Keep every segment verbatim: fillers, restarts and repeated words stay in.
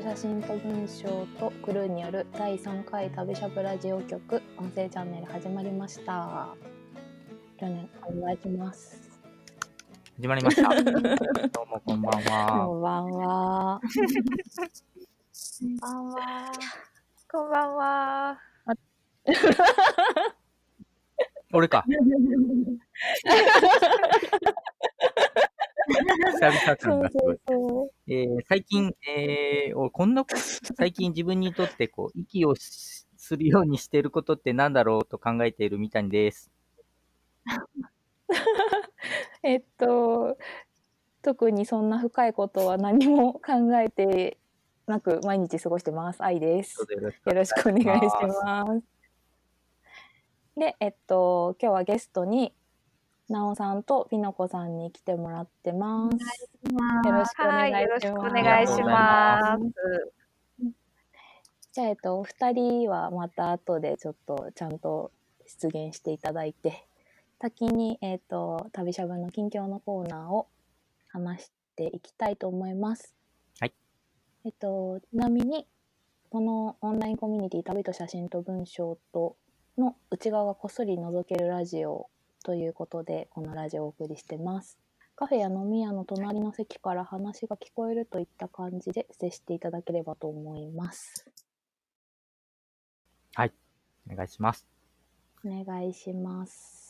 写真と文章とクルーによるだいさんかい旅しゃぶラジオ局音声チャンネル始まりました。去年お願いします。 始まりました。どうもこんばんは。 こんばんは。 こんばんは。こんばんは。 俺か。久々感がすごい。えー、最近、えー、おこんな、最近自分にとってこう、息をするようにしていることってなんだろうと考えている三谷です。 えっと、特にそんな深いことは何も考えてなく毎日過ごしてます。愛です。よろしくお願いします。で、えっと、今日はゲストになおさんとピノコさんに来てもらってます。よろしくお願いします。 はい、よろしくお願いします。 じゃあ、えっと、お二人はまた後でちょっとちゃんと出現していただいて、先に、えっと、旅しゃぶの近況のコーナーを話していきたいと思います。 はい。 えっと、ちなみに、このオンラインコミュニティ旅と写真と文章との内側がこっそり覗けるラジオということで、このラジオをお送りしてます。カフェや飲み屋の隣の席から話が聞こえるといった感じで接していただければと思います。 はい。お願いします。 お願いします。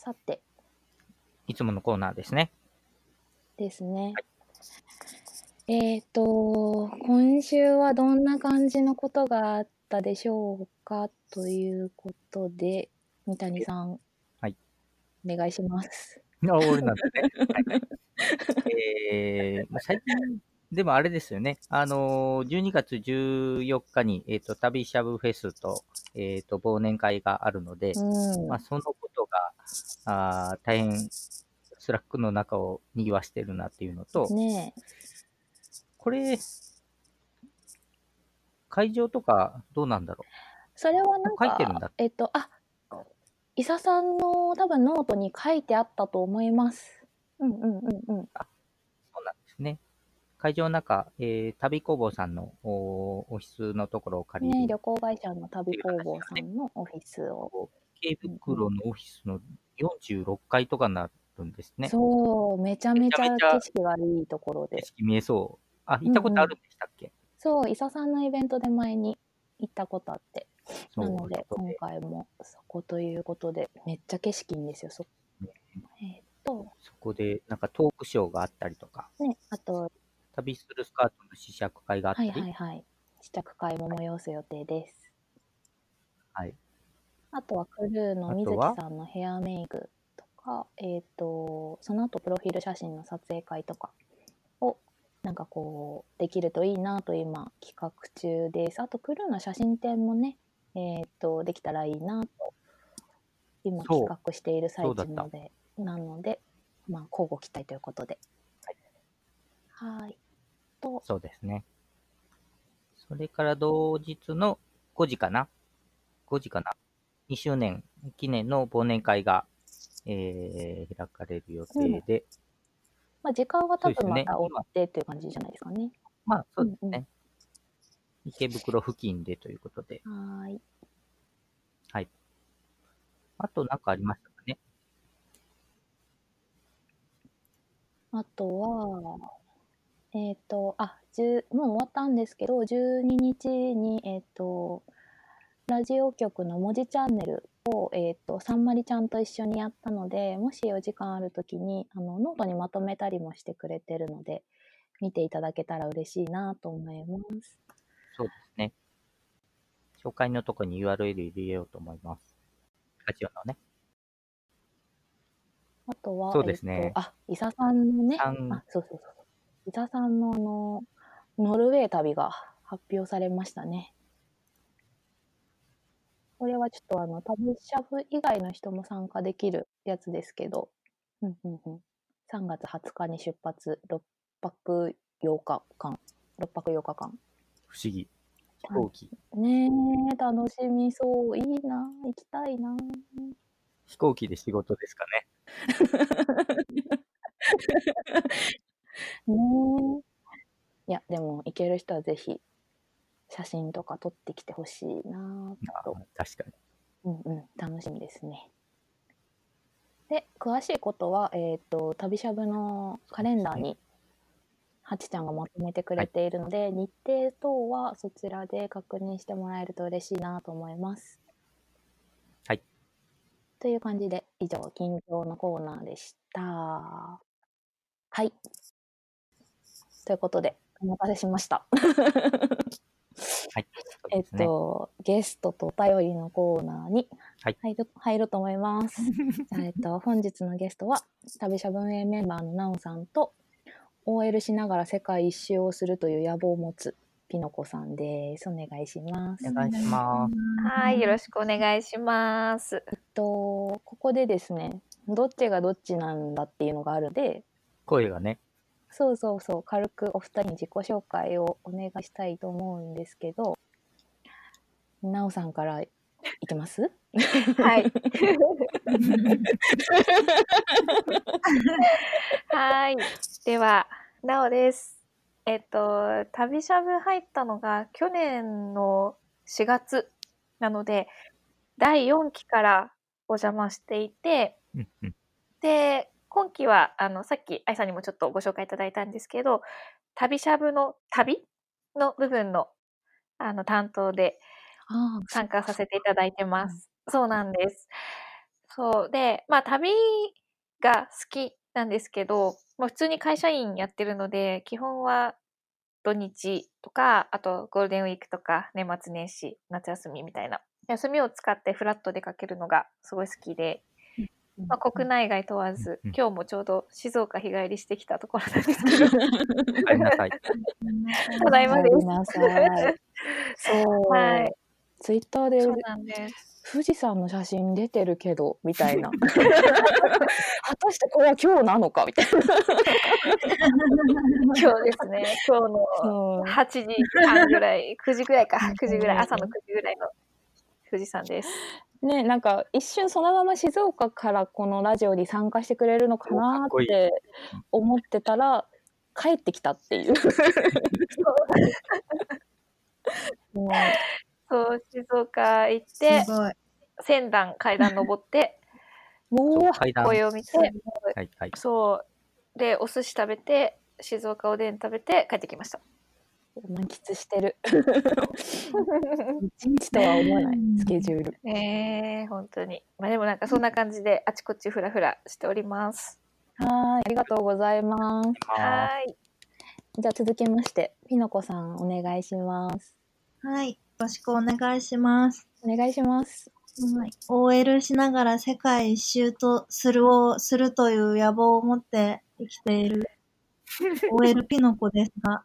さて。 いつものコーナーですね。 ですね。はい、えっと、今週はどんな感じのことがあったでしょうかということで、三谷さん。 はい。 お願いします。 あ、俺なんだね。はい。えー、最近、でもあれですよね。あのー、じゅうにがつじゅうよっかに、えっと、旅しゃぶフェスと、えっと、忘年会があるので、 うん、 まあ、そのことが、あ大変、スラックの中を賑わしてるなっていうのと、 ねえ。 これ、会場とかどうなんだろう。 それはなんか、 書いてるんだ。 えっと、あ、伊佐さんの多分ノートに書いてあったと思います。うんうんうんうん。 あ、そうなんですね。会場の中、えー、旅工房さんのオフィスのところを借りる。 ね、旅行会社の旅工房さんのオフィスを。 池袋のオフィスのよんじゅうろっかいとかになるんですね。 そう、めちゃめちゃ景色がいいところで。 景色見えそう。あ、行ったことあるんでしたっけ？うんうん、 そう、伊佐さんのイベントで前に行ったことあって。なので、今回もそこということで、めっちゃ景色いいんですよ。そ、 ね、 えー、っと、 そこで、なんかトークショーがあったりとか。 ね、あと、 旅するスカートの試着会があったり。 はいはいはい。試着会も催す予定です。 はい。 あとはクルーの水木さんのヘアメイクとか、えっと、その後プロフィール写真の撮影会とかをなんかこうできるといいなと今企画中です。あとクルーの写真展もね、えっとできたらいいなと今企画している最中なので、なのでまあ交互期待ということで。はい。はいと。 そうですね。それから同日のごじかな ?ご 時かな ?に 周年記念の忘年会が、えー、開かれる予定で。うん、 まあ時間は多分また追ってという感じじゃないですかね。 まあそうですね。うんうん、池袋付近でということで。 はい。 はい。あと何かありましたかね。 あとは、えっと、あ、10もう終わったんですけど、じゅうににちに、えっと、ラジオ局の文字チャンネルを、えっと、さんまりちゃんと一緒にやったので、もしお時間あるときに、あの、ノートにまとめたりもしてくれてるので、見ていただけたら嬉しいなと思います。 そうですね。紹介のところに ユーアールエル 入れようと思います。ラジオのね。 あとは、 そうですね。 えっと、あ、伊佐さんのね、あ、そうそうそう。伊佐さんのあの、ノルウェー旅が発表されましたね。これはちょっとあの、旅しゃぶ以外の人も参加できるやつですけど、うんうんうん、さんがつはつかに出発、ろっぱくようかかん、ろっぱくようかかん。 不思議。飛行機。 ねえ、楽しみそう。いいな、行きたいな。 飛行機で仕事ですかね。 ねえ。いや、でも行ける人はぜひ写真とか撮ってきてほしいなと。 確かに。 うんうん、楽しみですね。で、詳しいことは、えっと、旅しゃぶのカレンダーに、はちちゃんがまとめてくれているので、はい、日程等はそちらで確認してもらえると嬉しいなと思います。 はい。 という感じで、以上、近況のコーナーでした。はい。ということで、お待たせしました。 はい。 えっと、ゲストとお便りのコーナーに入る、はい、入ると思います。じゃあ、えっと、本日のゲストは、旅しゃぶ運営メンバーのなおさんと、オーエル しながら世界一周をするという野望を持つピノコさんです。お願いします。 お願いします。 はい、よろしくお願いします。 えっと、ここでですね、どっちがどっちなんだっていうのがあるので、 声がね。 そうそうそう、軽くお二人に自己紹介をお願いしたいと思うんですけど、なおさんからいけます？ はい。はい。では、なおです。えっと、旅しゃぶ入ったのが去年のしがつなので、だいよんきからお邪魔していて、 うんうん、 で、今期は、あの、さっき愛さんにもちょっとご紹介いただいたんですけど、旅しゃぶの旅の部分の、あの、担当で参加させていただいてます。そうなんです。そう。で、まあ、旅が好きなんですけど、まあ、普通に会社員やってるので、基本は土日とか、あとゴールデンウィークとか、年末年始、夏休みみたいな、休みを使ってフラット出かけるのがすごい好きで、まあ、国内外問わず、うんうん、今日もちょうど静岡日帰りしてきたところなんですけど。 お帰りなさい。 ただいまです。 お帰りなさい。そう。はい。ツイッターで、 そうなんです。 富士山の写真出てるけど、みたいな。果たしてこれは今日なのかみたいな。 今日ですね、今日のはちじはんぐらい、くじぐらいか、くじぐらい、朝のくじぐらいの富士山です。 ね、なんか一瞬そのまま静岡からこのラジオに参加してくれるのかなって思ってたら、帰ってきたっていう。 そう、静岡行って、千段階段登って、紅葉を見て、はいはい、そう。で、お寿司食べて、静岡おでん食べて帰ってきました。 満喫してる。一日とは思わないスケジュール。 えー、本当に。まあでもなんかそんな感じであちこちフラフラしております。 はい、ありがとうございます。 はい。 じゃあ続きまして、ピノコさんお願いします。 はい、よろしくお願いします。 お願いします。 はい、オーエル しながら世界一周とするをするという野望を持って生きているオーエル ピノコですが、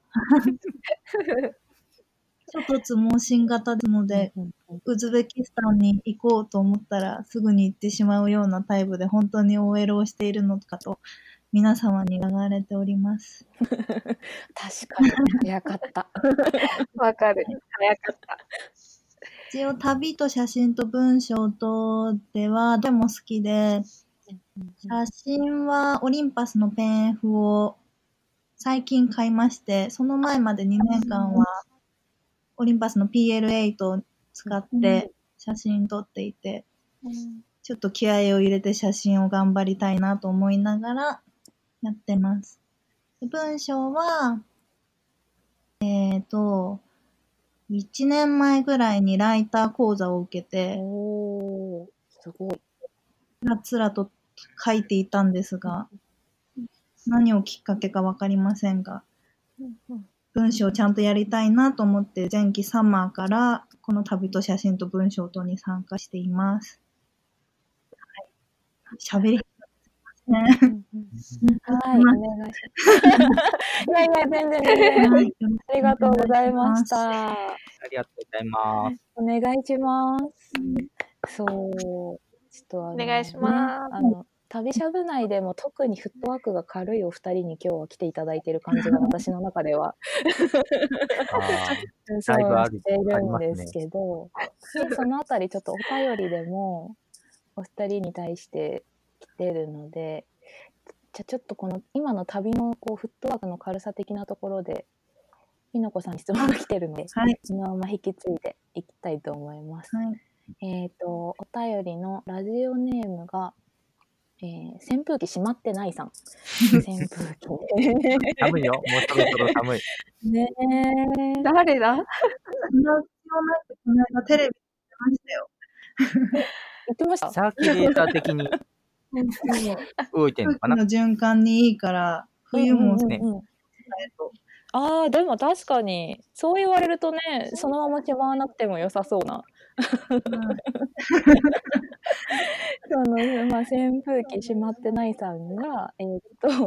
諸突猛進型ですので、ウズベキスタンに行こうと思ったらすぐに行ってしまうようなタイプで本当に オーエル をしているのかと皆様に疑われております。 確かに早かった。 わかる。早かった。 一応旅と写真と文章とではどれも好きで、写真はオリンパスのペン F を最近買いまして、その前までにねんかんはオリンパスの ピーエルエイト を使って写真撮っていて、ちょっと気合を入れて写真を頑張りたいなと思いながらやってます。文章は、えっと、いちねんまえぐらいにライター講座を受けて、 おー、すごい。 つらつらと書いていたんですが、何をきっかけかわかりませんが、文章をちゃんとやりたいなと思って前期サマーからこの旅と写真と文章等に参加しています。喋、はい、りね。はい、お願いします。いやいや、全然全然、はい。ありがとうございました。 ありがとうございます。 お願いします。そう、ちょっとあの、 お願いします。 ね、あの旅しゃぶ内でも特にフットワークが軽いお二人に今日は来ていただいている感じが私の中ではそうしているんですけど、ね、そのあたりちょっとお便りでもお二人に対して来てるので、じゃあちょっとこの今の旅のこうフットワークの軽さ的なところでひのこさんに質問が来てるので、 はい。 そのまま引き継いでいきたいと思います。 はい。 えっ、と、お便りのラジオネームが、えー、扇風機閉まってないさん。扇風機。 寒いよ。もうそろそろ寒い。 ねえ。 誰だ？ そんな必要なく、この間テレビで見ましたよ。 言ってました。 サーキュレーター的に動いてんのかな。 空気の循環にいいから、冬もうんうんうんうん、 とああ、でも確かに、そう言われるとね、そのまましまわなくても良さそうな。その、まあ、扇風機閉まってないさんが、えー、っと、はい、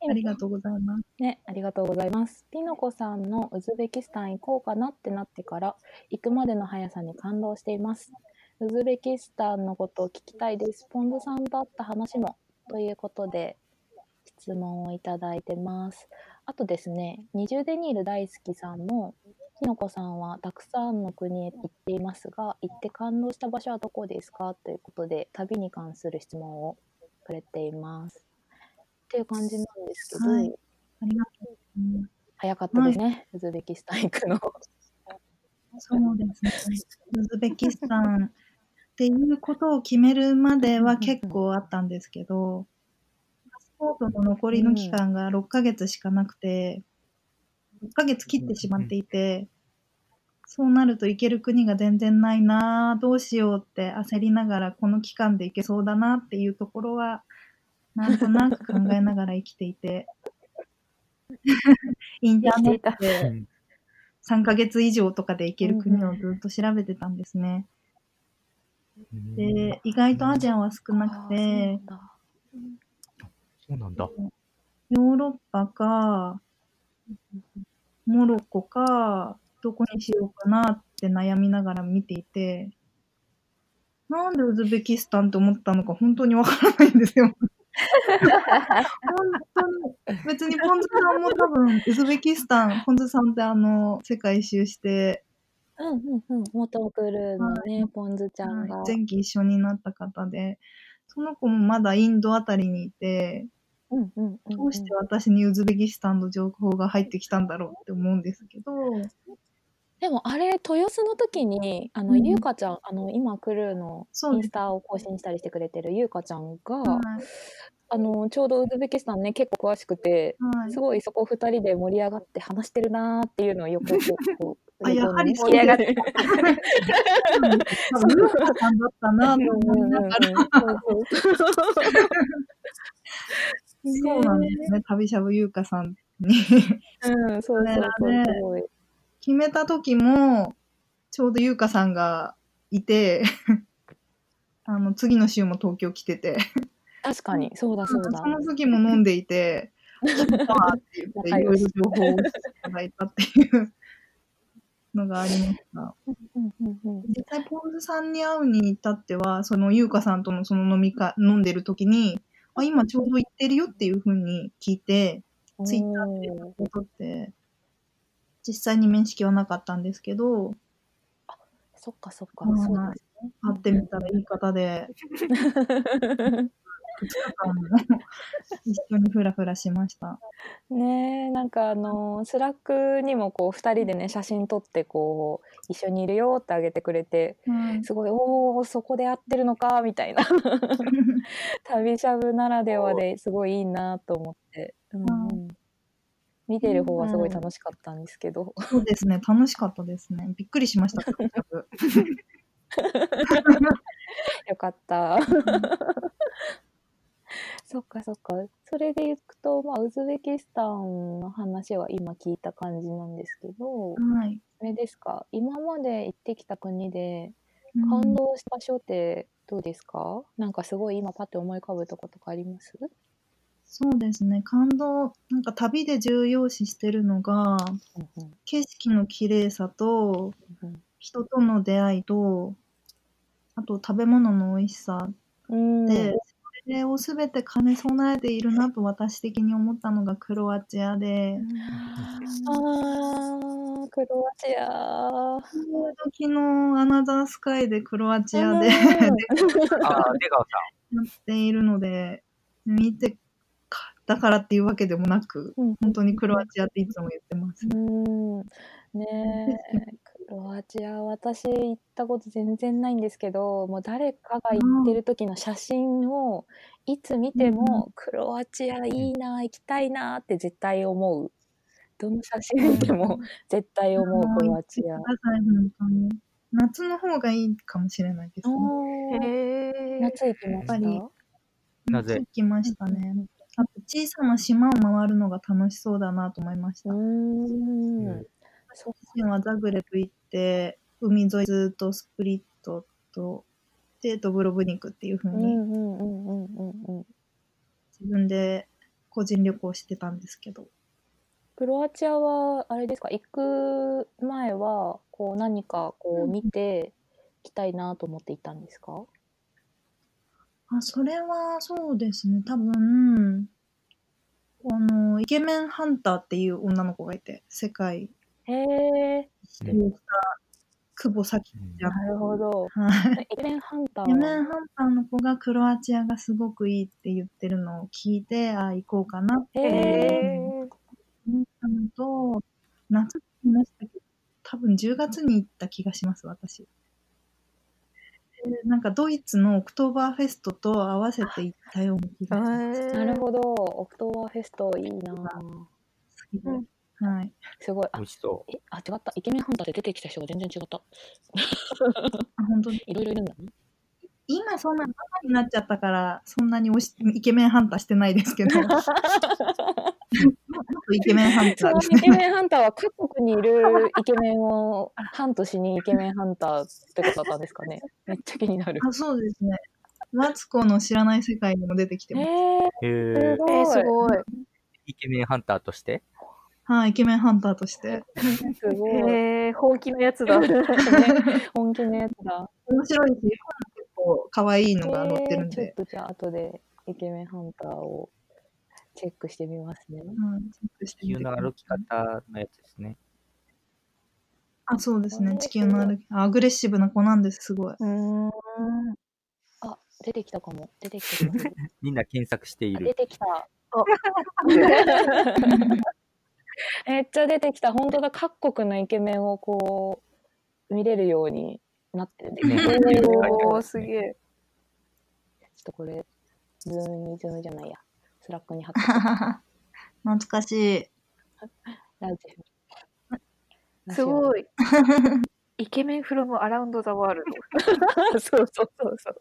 ありがとうございます。 ね、ありがとうございます。ピノコさんのウズベキスタン行こうかなってなってから、行くまでの速さに感動しています。ウズベキスタンのことを聞きたいです。ポンズさんと会った話も、ということで、質問をいただいてます。あとですね、二重デニール大好きさんも、ひのこさんはたくさんの国へ行っていますが、行って感動した場所はどこですかということで、旅に関する質問をくれています。っていう感じなんですけど、 はい、ありがとう、うん。 早かったですね、はい、ウズベキスタン行くの。 そうですね。ウズベキスタンっていうことを決めるまでは結構あったんですけど、パスポートの残りの期間がろっかげつしかなくて、ろっかげつ切ってしまっていて、そうなると行ける国が全然ないな、どうしようって焦りながら、この期間で行けそうだなっていうところは、なんとなく考えながら生きていて、インターネットでさんかげつ以上とかで行ける国をずっと調べてたんですね。で、意外とアジアは少なくて、 そうなんだ。 ヨーロッパか、モロッコか、どこにしようかなって悩みながら見ていて、なんでウズベキスタンって思ったのか本当にわからないんですよ。本当に。別にポンズさんも多分、ウズベキスタン、ポンズさんってあの、世界一周して、 うんうんうん、元クルーのね、はい、ポンズちゃんが。 はい、前期一緒になった方で、その子もまだインドあたりにいて、 うんうんうんうん、 どうして私にウズベキスタンの情報が入ってきたんだろうって思うんですけど。 でもあれ、豊洲の時に、あの、うん、ゆうかちゃん、あの、今クルーのインスタを更新したりしてくれてるゆうかちゃんが、はい、あの、ちょうどウズベキスタンね、結構詳しくて、はい、すごいそこふたりで盛り上がって話してるなーっていうのを横こう、 あ、やはり盛り上がって。 多分、ゆうかさんだったなと思いながら。そうなんですね、旅しゃぶゆうかさんに。 うん、そうそうそう、すごい。 決めた時も、ちょうどゆうかさんがいて、あの、次の週も東京来てて。 確かに、そうだそうだ。 その時も飲んでいて、決めたわって言って、いろいろ情報をいただいたっていうのがありました。実際、ポンズさんに会うに至っては、そのゆうかさんとのその飲みか、飲んでる時に、あ、今ちょうど行ってるよっていう風に聞いて、ツイッターで連絡を取って、実際に面識はなかったんですけど、 あ、そっかそっか、そうですね。 会ってみたらいい方で、ふつかかんも一緒にフラフラしました。 ねえ、なんかあの、スラックにもこうふたりでね、写真撮ってこう、一緒にいるよってあげてくれて、うん、すごい、おー、そこで会ってるのか、みたいな。旅しゃぶならではですごいいいなと思って。うんうん、見てる方はすごい楽しかったんですけど。 うん、そうですね、楽しかったですね。びっくりしました、旅しゃぶ。 よかった。そっかそっか。それでいくと、まあ、ウズベキスタンの話は今聞いた感じなんですけど、 はい。 あれですか、今まで行ってきた国で感動した場所ってどうですか？うん、なんかすごい今パッて思い浮かぶとことかあります？ そうですね、感動、なんか旅で重要視してるのが、うんうん、景色の綺麗さと、うんうん、人との出会いと、あと食べ物の美味しさで、うん、それをすべて兼ね備えているなと私的に思ったのがクロアチアで。 あー、クロアチア。 時のアナザースカイでクロアチアで、 あー、出川さん。 なっているので、見て、 だからっていうわけでもなく、 うん本当にクロアチアっていつも言ってます。 うーん。ねえ、クロアチア、私行ったこと全然ないんですけど、もう誰かが行ってる時の写真をいつ見ても、クロアチアいいな、行きたいなって絶対思う。どの写真見ても絶対思う、クロアチア。 ください、本当に。夏の方がいいかもしれないですね。 おー、 へー。 夏行きました？ やっぱりなぜ夏行きましたね。あと小さな島を回るのが楽しそうだなと思いましうた。 ーん。そう私はザグレブ行って、海沿いずっとスプリットと、で、ドブロブニクっていう風にうんうんうんうんうんうん。 自分で個人旅行してたんですけど。 クロアチアはあれですか、行く前はこう何かこう見て行きたいなと思って行ったんですか？ あ、それはそうですね。多分、あの、イケメンハンターっていう女の子がいて、世界へえ、 一周した久保咲ちゃん。 なるほど。 はい。 イケメンハンターイケメンハンターの子がクロアチアがすごくいいって言ってるのを聞いて、ああ、行こうかなってへえ、 思ったのと、夏にいましたけど、多分じゅうがつに行った気がします、私。でなんかドイツのオクトーバーフェストと合わせて行ったような気がします。 なるほど。オクトーバーフェストいいな。 好きで。 うんはい。 すごい。あ美味しそう。 え、あ、違った。イケメンハンターで出てきた人が全然違った。 あ、本当に。 いろいろいるんだね。 今そんなママになっちゃったから、そんなにおしイケメンハンターしてないですけど。もっとイケメンハンターですそのイケね。 メンハンターは各国にいるイケメンをハントしにイケメンハンターってことだったんですかね。めっちゃ気になる。 あ、そうですね。マツコの知らない世界にも出てきてへます。 え、 へえ。 すごい。 えー、すごい。 イケメンハンターとしてはい、イケメンハンターとして。 すごい。 へー、本気のやつだ。 ね、本気のやつだ。 面白いし、結構可愛いのが載ってるんえー、ちょっで。 とじゃあ後でイケメンハンターをチェックしてみますね。 うん、チェックして地球みてくださいの歩き方のやつですね。 あ、そうですね。 えー地球の歩き、アグレッシブな子なんです、すごい。 うーん。 あ、出てきたかも。出てきた気がする。 みんな検索していあ、出る。 てきた。めっちゃ出てきた。本当だ。各国のイケメンをこう見れるようになってるんですね。 ねおー、すげえ。 ちょっとこれ、ズームに、ズームじゃないや。スラックに貼っておこ懐かしい。 う。ラジオ。 すごい。イケメンフロムアラウンドザワールド。 そうそうそうそう。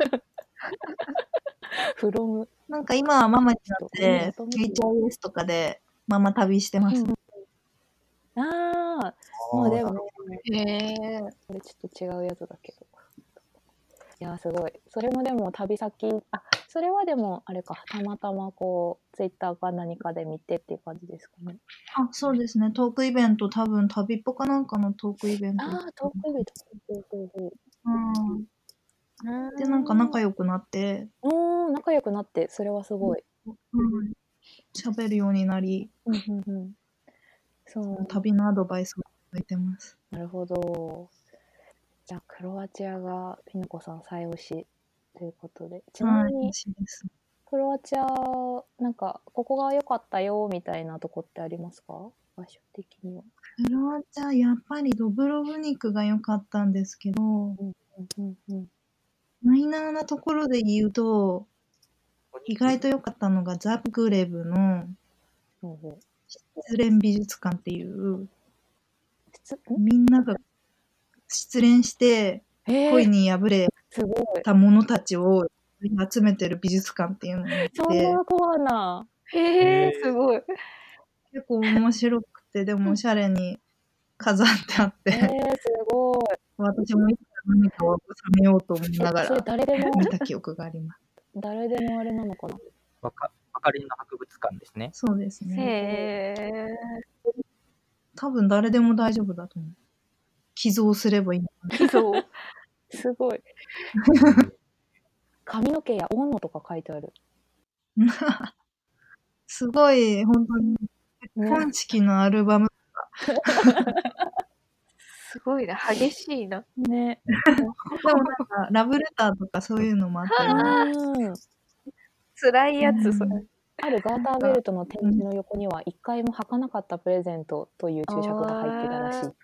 フロム。 なんか今はママになって、 ちょっといいなと思うエイチアイエス とかでママ旅してます。 ああ、もうでも、 へえ。 これちょっと違うやつだけど。いや、すごい。それもでも旅先、あ、それはでも、あれか、たまたまこう、ツイッターか何かで見てっていう感じですかね。 あ、そうですね。トークイベント、多分旅っぽかなんかのトークイベント。 ああ、トークイベント。ほうほうほううん。で、なんか仲良くなって、 おー、仲良くなって、それはすごい。 うん喋るようになり、 うんうんうん。そう、 旅のアドバイスをいただいてます。 なるほど。じゃあ、クロアチアがピノコさん最推しということで。ちなはい、 みに嬉、しいです。 クロアチア、なんか、ここが良かったよ、みたいなとこってありますか？場所的には。 クロアチア、やっぱりドブロブニクが良かったんですけど、 うんうんうん。 マイナーなところで言うと、意外と良かったのがザグレブのほうほう。 失恋美術館っていう、 つんみんなが失恋してえー、 恋に破れすごい。 た者たちを集めてる美術館っていうのがあっそんて、 なコアな。 へえ、すごい。 結構面白くて、でもおしゃれに飾ってあっえー、 て、 すごい。 私もいつか何かを収めようと思いながえ、それら誰でも、 見た記憶があります。 誰でもあれなのかな。 わか、わかりの博物館ですね。 そうですへね。 え。 多分誰でも大丈夫だと思う。寄贈すればいいのかな。 寄贈。 すごい。髪の毛や温度とか書いてある。 すごい、本当に、結婚式のアルバム、 すごいな、激しいな。 ね。 でもなんか、ラブレターとかそういうのもあったり、 うん。 辛いやつ、それ。 あるガーターベルトの展示の横には一回も履かなかったプレゼントという注釈が入ってたらしい。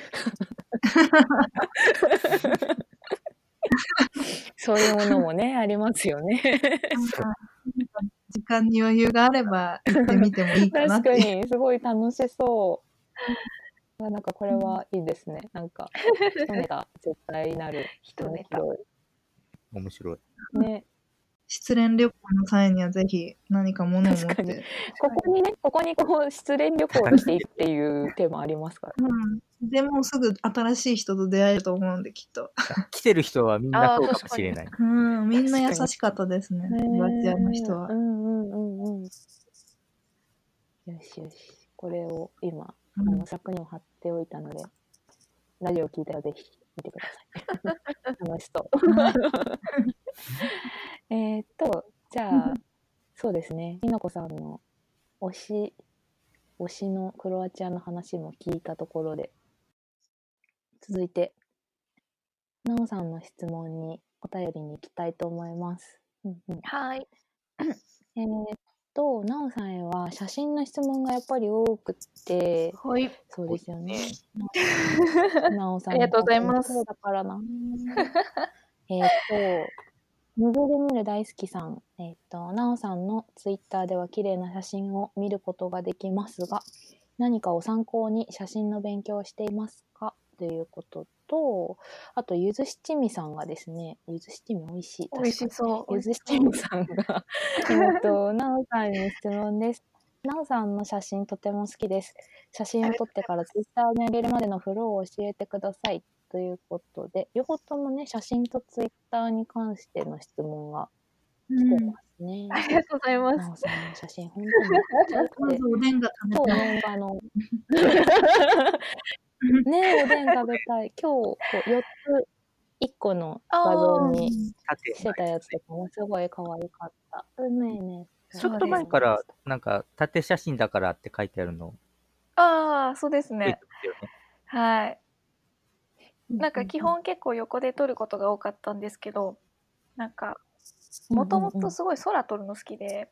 そういうものもね、ありますよね。 時間に余裕があれば行ってみてもいいかなっ確て。 かに、すごい楽しそう。あなんかこれはいいですね。なんか、一ネタ絶対なる。 一ネタ。 面白面白い。 い。ね。 失恋旅行の際にはぜひ何か物を持っ確かにて。 ここにね、ここにこう失恋旅行していくっていうテーマありますから。 うん。でもうすぐ新しい人と出会えると思うんで、きっと。 来てる人はみんなそうかもしれない。 うん、みんな優しかったですね、 へクロアチアの人ーは。 うんうんうんうん。よしよし。これを今、あうんの柵にも貼っておいたので、ラジオ聞いたらぜひ見てください。楽しそう。 はいえーっと、じゃあ、そうですね。みのこさんの推し、推しのクロアチアの話も聞いたところで、続いて、なおさんの質問にお便りに行きたいと思います。うんうん、 はい。 えーっと、なおさんへは写真の質問がやっぱり多くって、 はい。 そうですよね。なおさんありがとうございます写真綺麗だからな。えーっと、水で見る大好きさん、えーっと、なおさんのツイッターでは綺麗な写真を見ることができますが、何かを参考に写真の勉強をしていますかということと、あと、ゆず七味さんがですね、ゆず七味美味しい。 美味しそう。 ゆず七味さんが、えっと、なおさんに質問です。なおさんの写真とても好きです。写真を撮ってからツイッターに上げるまでのフローを教えてください。ということで、両方ともね、写真とツイッターに関しての質問が来てますね。 ありがとうございます。 なおさんの写真、本当にめっちゃ良くて。 まずおでんが食べそうたい。 ね、あの、ねおでん食べたい。今日、こうよっつ、いっこの画像に縦してたやつとかもすごい可愛かった。うんねえねえ。 ちょっと前から、なんか、縦写真だからって書いてあるの、 ああ、そうです増えてね。 ますよね。 はい。なんか基本結構横で撮ることが多かったんですけど、なんか、もともとすごい空撮るの好きで、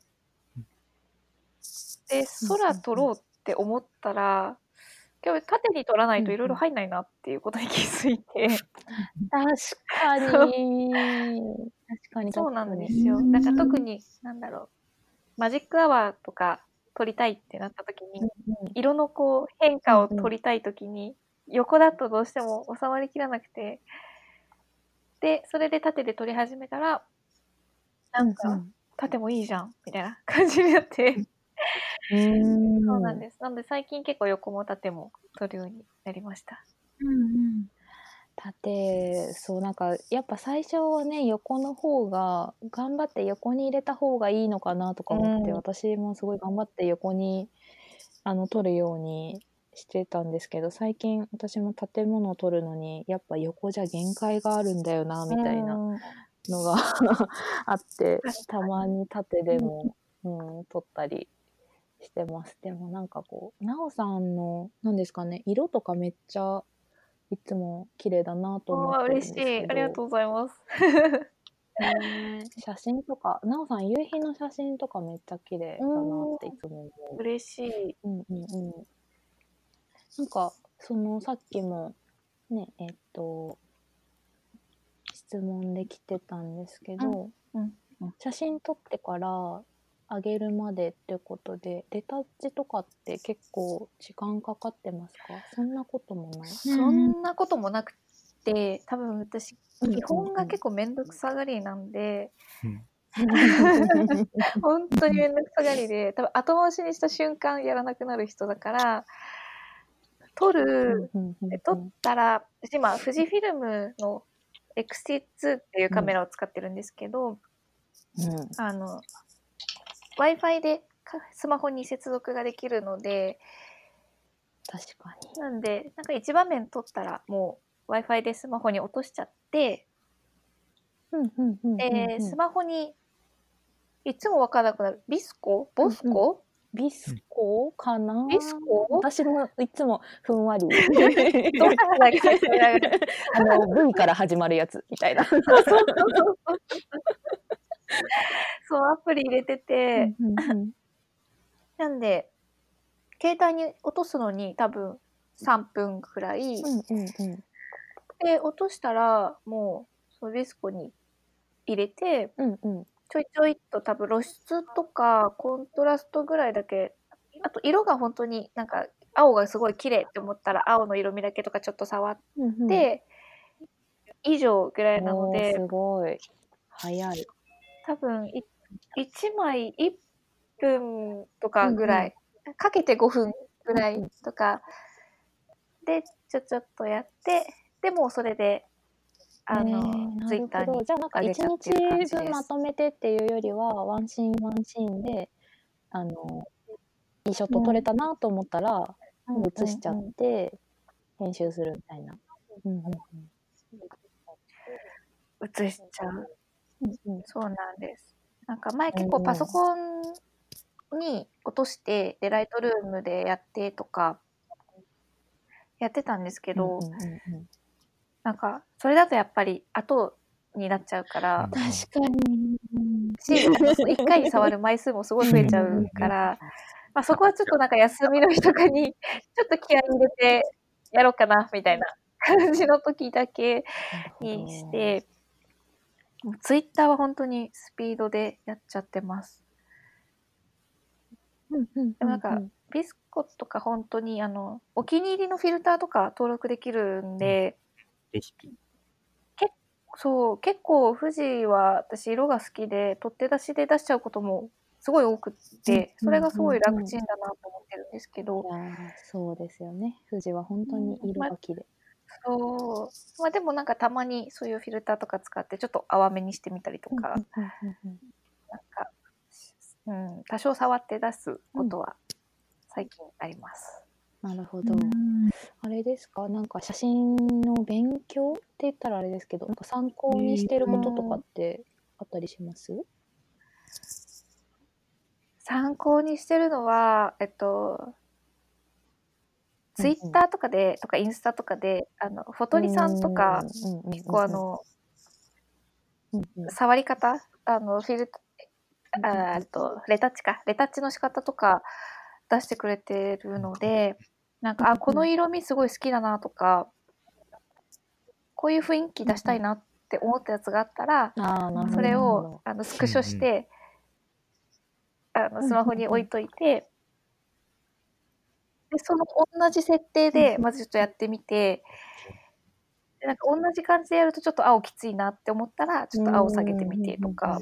で、空撮ろうって思ったら、今日縦に撮らないといろいろ入んないなっていうことに気づいて。 確かに。確かに。 そうなんですよ。なんか特に、なんだろう、マジックアワーとか撮りたいってなった時に、色のこう変化を撮りたい時に、横だとどうしても収まりきらなくて、で、それで縦で撮り始めたら、なんか、縦もいいじゃん、みたいな感じになって。そうなんです。なので最近結構横も縦も撮るようになりました。 うんうん、縦、そうなんかやっぱ最初はね、横の方が頑張って横に入れた方がいいのかなとか思って、 うん、 私もすごい頑張って横にあの撮るようにしてたんですけど、最近私も建物を撮るのにやっぱ横じゃ限界があるんだよなみたいなのがあって、たまに縦でも、うん、撮ったりしてます。でもなんかこう、なおさんの何ですかね、色とかめっちゃいつも綺麗だなと思ってるんですけど。 嬉しい。ありがとうございます。 ね、写真とか、なおさん夕日の写真とかめっちゃ綺麗だなっていつも思う。 嬉しい。 うんうんうん。なんかそのさっきもねえっと質問できてたんですけど、 うんうん、写真撮ってからあげるまでってことでレタッチとかって結構時間かかってますか？そんなこともない？ そんなこともなくて、多分私基本が結構めんどくさがりなんで、 うん本当にめんどくさがりで、多分後回しにした瞬間やらなくなる人だから、撮る、撮ったら、私今富士フィルムの エックスティーツー っていうカメラを使ってるんですけど、 うん、 あの Wi-Fi でスマホに接続ができるので、 確かに。 なんでなんか一場面撮ったらもう Wi-Fi でスマホに落としちゃって、でスマホにいつも分からなくなる。ビスコ？ボスコ？ うんうん、ビスコかな？ ビスコ？ 私もいつもふんわり。 どうしたらいいか見ながらあの V から始まるやつみたいな。 そうそうそうそう。 そう、アプリ入れてて、 うんうんうんなんで、携帯に落とすのに多分さんぷんくらい、 うんうんうんで、落としたら、もう、そのディスコに入れて、 うんうんちょいちょいっと多分露出とかコントラストぐらいだけ、あと色が本当になんか青がすごい綺麗って思ったら青の色味だけとかちょっと触っうんうんて、以上ぐらいなのおーで、 すごい早い。 多分いいちまいいっぷんとかぐらい、かけてごふんぐらいとかでちょちょっとやって、でもうそれであの、 えーなツイッターにるほど。じゃあなんか上げ一ちゃってる感日じです。 分まとめてっていうよりはワンシーンワンシーンであのいいショット撮れたなと思ったら、 うん写しちゃって編集するみたいな。うんうん映しちゃう。 うんうんそうなんです。なんか前結構パソコンに落としてでライトルームでやってとかやってたんですけど、 うんうんうんうんなんかそれだとやっぱり後になっちゃうから、 確かに。 し、あのそのいっかいに触る枚数もすごい増えちゃうから、まあ、そこはちょっとなんか休みの日とかにちょっと気合い入れてやろうかなみたいな感じの時だけにして、ツイッターは本当にスピードでやっちゃってます。 うんうんでもなんか、ビスコとか本当にあのお気に入りのフィルターとか登録できるんで、 レシピ。 そう結構富士は私色が好きで取って出しで出しちゃうこともすごい多くって、それがすごい楽ちんだなと思ってるんですけど、 いやーそうですよね。富士は本当に色が綺麗。 そう、まあ、でもなんかたまにそういうフィルターとか使ってちょっと淡めにしてみたりとか、 うんうんうんうんなんか、うん、多少触って出すことは最近あります。 なるほど。あれですか、なんか写真の勉強って言ったらあれですけど、なんか参考にしてることとかってあったりします？ 参考にしてるのは、えっと、ツイッターとかで、とかインスタとかで、あの、フォトリさんとか、結構あの、触り方、あの、フィル、あと、レタッチか、レタッチの仕方とか出してくれてるので、なんか、あ、この色味すごい好きだなとか、こういう雰囲気出したいなって思ったやつがあったら、それをあのスクショして、あのスマホに置いといて、で、その同じ設定で、まずちょっとやってみて、でなんか同じ感じでやるとちょっと青きついなって思ったら、ちょっと青下げてみてとか、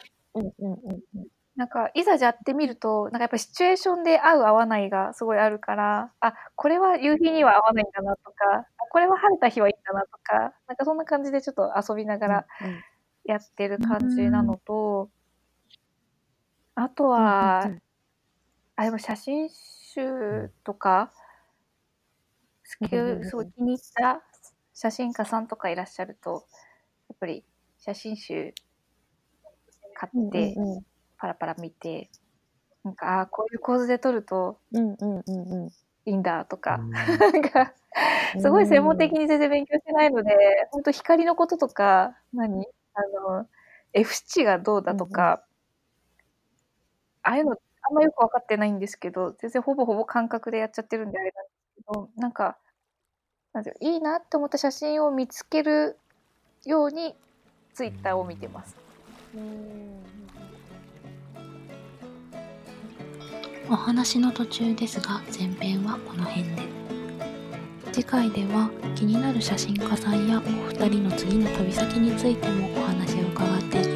なんかいざやってみると、なんかやっぱシチュエーションで合う合わないがすごいあるから、あ、これは夕日には合わないんだなとか、これは晴れた日はいいんだなとか、なんかそんな感じでちょっと遊びながらやってる感じなのと、あとは、あ、でも写真集とか、好き、すごい気に入った写真家さんとかいらっしゃると、やっぱり写真集買ってパラパラ見て、なんかあこういう構図で撮るといいんだとか、なんかすごい専門的に全然勉強してないので、本当光のこととか、何あの F 値がどうだとか、ああいうのあんまよく分かってないんですけど、全然ほぼほぼ感覚でやっちゃってるんであれなんですけど、なんかなんていいなって思った写真を見つけるようにツイッターを見てます。 お話の途中ですが、前編はこの辺で。次回では気になる写真家さんやお二人の次の旅先についてもお話を伺っていき